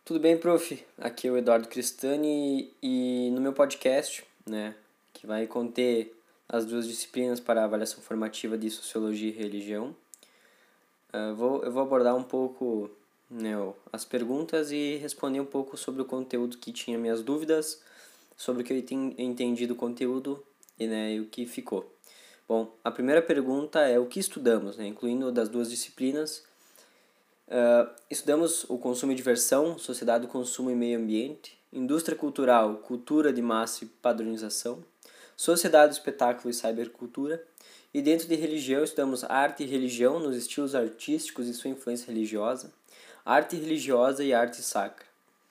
Tudo bem, prof? Aqui é o Eduardo Cristani e no meu podcast, que vai conter as duas disciplinas para a avaliação formativa de Sociologia e Religião, eu vou abordar um pouco, as perguntas e responder um pouco sobre o conteúdo que tinha minhas dúvidas, sobre o que eu entendi do conteúdo e o que ficou. Bom, a primeira pergunta é o que estudamos, incluindo das duas disciplinas. Estudamos o consumo e diversão, sociedade do consumo e meio ambiente, indústria cultural, cultura de massa e padronização, sociedade do espetáculo e cybercultura, e dentro de religião estudamos arte e religião nos estilos artísticos e sua influência religiosa, arte religiosa e arte sacra.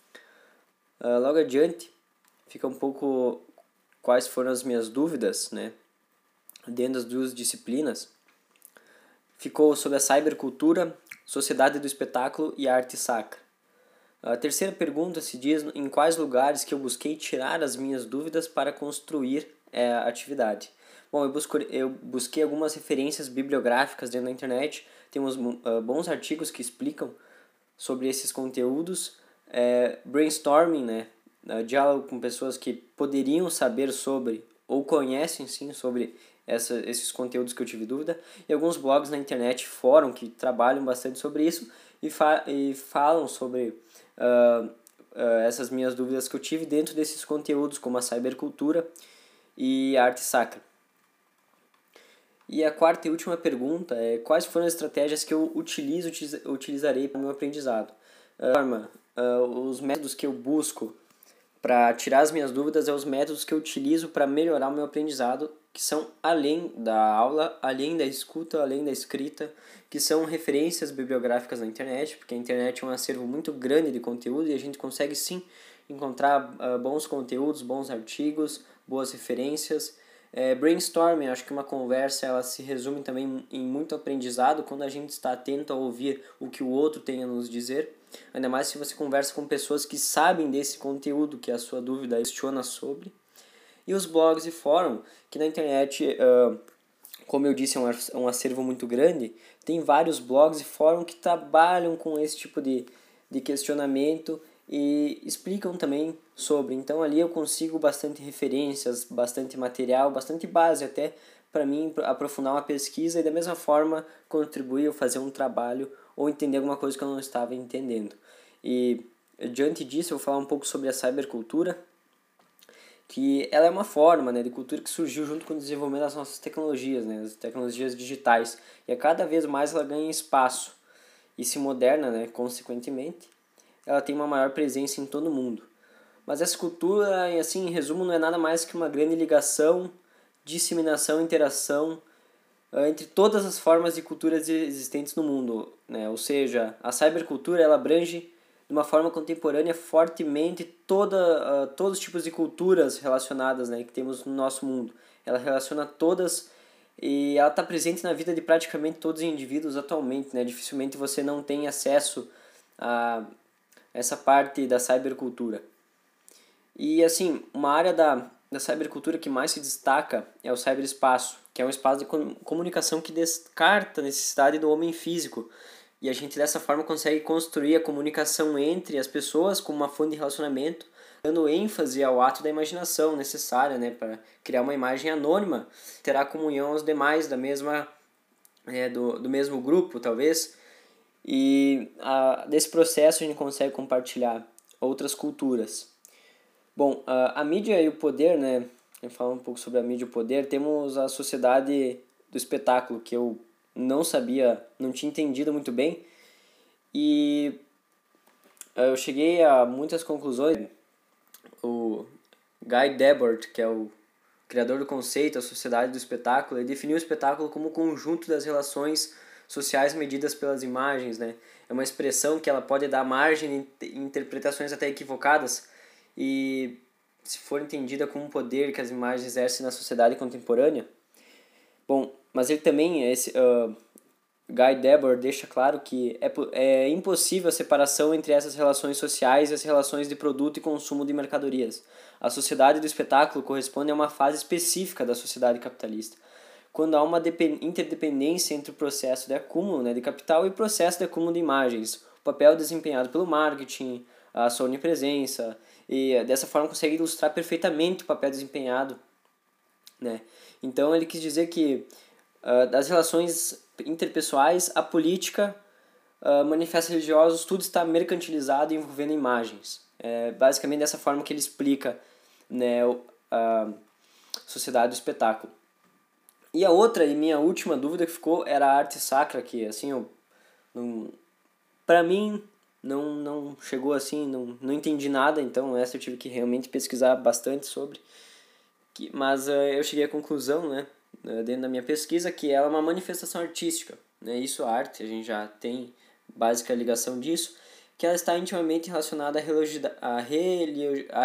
Logo adiante, fica um pouco quais foram as minhas dúvidas, dentro das duas disciplinas. Ficou sobre a cybercultura, sociedade do espetáculo e arte sacra. A terceira pergunta se diz em quais lugares que eu busquei tirar as minhas dúvidas para construir a atividade. Bom, eu busquei algumas referências bibliográficas dentro da internet, temos bons artigos que explicam sobre esses conteúdos, brainstorming, diálogo com pessoas que poderiam saber sobre ou conhecem sim sobre esses conteúdos que eu tive dúvida, e alguns blogs na internet, fórum, que trabalham bastante sobre isso e falam sobre essas minhas dúvidas que eu tive dentro desses conteúdos, como a cybercultura e a arte sacra. E a quarta e última pergunta é quais foram as estratégias que eu utilizarei para o meu aprendizado. Os métodos que eu busco para tirar as minhas dúvidas é os métodos que eu utilizo para melhorar o meu aprendizado, que são além da aula, além da escuta, além da escrita, que são referências bibliográficas na internet, porque a internet é um acervo muito grande de conteúdo e a gente consegue sim encontrar bons conteúdos, bons artigos, boas referências. Brainstorming, acho que uma conversa ela se resume também em muito aprendizado quando a gente está atento a ouvir o que o outro tem a nos dizer. Ainda mais se você conversa com pessoas que sabem desse conteúdo que a sua dúvida questiona sobre. E os blogs e fórum, que na internet, como eu disse, é um acervo muito grande. Tem vários blogs e fórum que trabalham com esse tipo de questionamento e explicam também sobre. Então ali eu consigo bastante referências, bastante material, bastante base até para mim aprofundar uma pesquisa e da mesma forma contribuir ou fazer um trabalho ou entender alguma coisa que eu não estava entendendo. E diante disso eu vou falar um pouco sobre a cybercultura, que ela é uma forma de cultura que surgiu junto com o desenvolvimento das nossas tecnologias, as tecnologias digitais, e a cada vez mais ela ganha espaço e se moderna, consequentemente, ela tem uma maior presença em todo o mundo. Mas essa cultura, assim, em resumo, não é nada mais que uma grande ligação, disseminação e interação entre todas as formas de culturas existentes no mundo, Ou seja, a cybercultura ela abrange de uma forma contemporânea fortemente todos os tipos de culturas relacionadas, que temos no nosso mundo. Ela relaciona todas e ela está presente na vida de praticamente todos os indivíduos atualmente, Dificilmente você não tem acesso a essa parte da cybercultura. E assim, uma área da cybercultura que mais se destaca é o cyberespaço, que é um espaço de comunicação que descarta a necessidade do homem físico. E a gente dessa forma consegue construir a comunicação entre as pessoas como uma fonte de relacionamento, dando ênfase ao ato da imaginação necessária, para criar uma imagem anônima, terá comunhão aos demais da mesma do mesmo grupo, talvez. E desse processo a gente consegue compartilhar outras culturas. Bom, a mídia e o poder, falar um pouco sobre a mídia e o poder, temos a sociedade do espetáculo, que eu não sabia, não tinha entendido muito bem, e eu cheguei a muitas conclusões. O Guy Debord, que é o criador do conceito, a sociedade do espetáculo, ele definiu o espetáculo como o conjunto das relações sociais medidas pelas imagens, É uma expressão que ela pode dar margem em interpretações até equivocadas, e se for entendida como um poder que as imagens exercem na sociedade contemporânea. Bom, mas ele também, Guy Debord, deixa claro que é impossível a separação entre essas relações sociais e as relações de produto e consumo de mercadorias. A sociedade do espetáculo corresponde a uma fase específica da sociedade capitalista, quando há uma interdependência entre o processo de acúmulo de capital e o processo de acúmulo de imagens, o papel desempenhado pelo marketing, a sua onipresença, e dessa forma consegue ilustrar perfeitamente o papel desempenhado, né? Então ele quis dizer que das relações interpessoais, a política, manifestos religiosos, tudo está mercantilizado e envolvendo imagens. É basicamente dessa forma que ele explica, né, a sociedade do espetáculo. E a outra, e minha última dúvida que ficou, era a arte sacra, que assim, pra mim, não chegou assim, não entendi nada, então essa eu tive que realmente pesquisar bastante sobre. Mas eu cheguei à conclusão, né, dentro da minha pesquisa, que ela é uma manifestação artística, né, isso a arte, a gente já tem básica ligação disso, que ela está intimamente relacionada à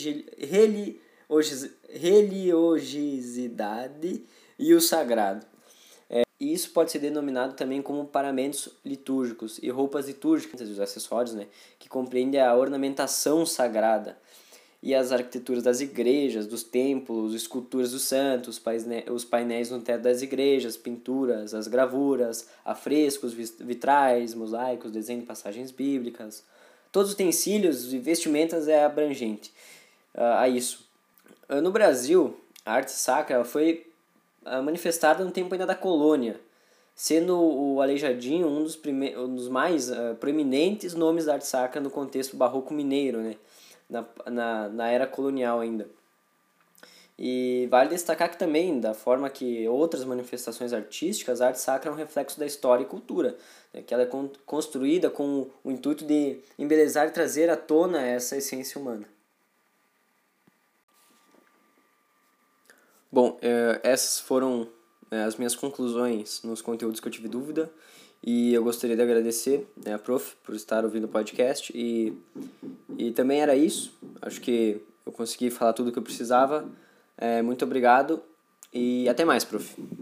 religiosidade e o sagrado. E isso pode ser denominado também como paramentos litúrgicos e roupas litúrgicas, os acessórios, né, que compreendem a ornamentação sagrada e as arquiteturas das igrejas, dos templos, esculturas dos santos, os painéis no teto das igrejas, pinturas, as gravuras, afrescos, vitrais, mosaicos, desenho de passagens bíblicas. Todos os utensílios e vestimentas é abrangente a isso. No Brasil, a arte sacra ela foi manifestada no tempo ainda da colônia, sendo o Aleijadinho um dos mais proeminentes nomes da arte sacra no contexto barroco mineiro, né? Na era colonial ainda. E vale destacar que também, da forma que outras manifestações artísticas, a arte sacra é um reflexo da história e cultura, né? Que ela é construída com o intuito de embelezar e trazer à tona essa essência humana. Bom, essas foram as minhas conclusões nos conteúdos que eu tive dúvida, e eu gostaria de agradecer, né, a Prof. por estar ouvindo o podcast, e também era isso. Acho que eu consegui falar tudo o que eu precisava. Muito obrigado e até mais, Prof.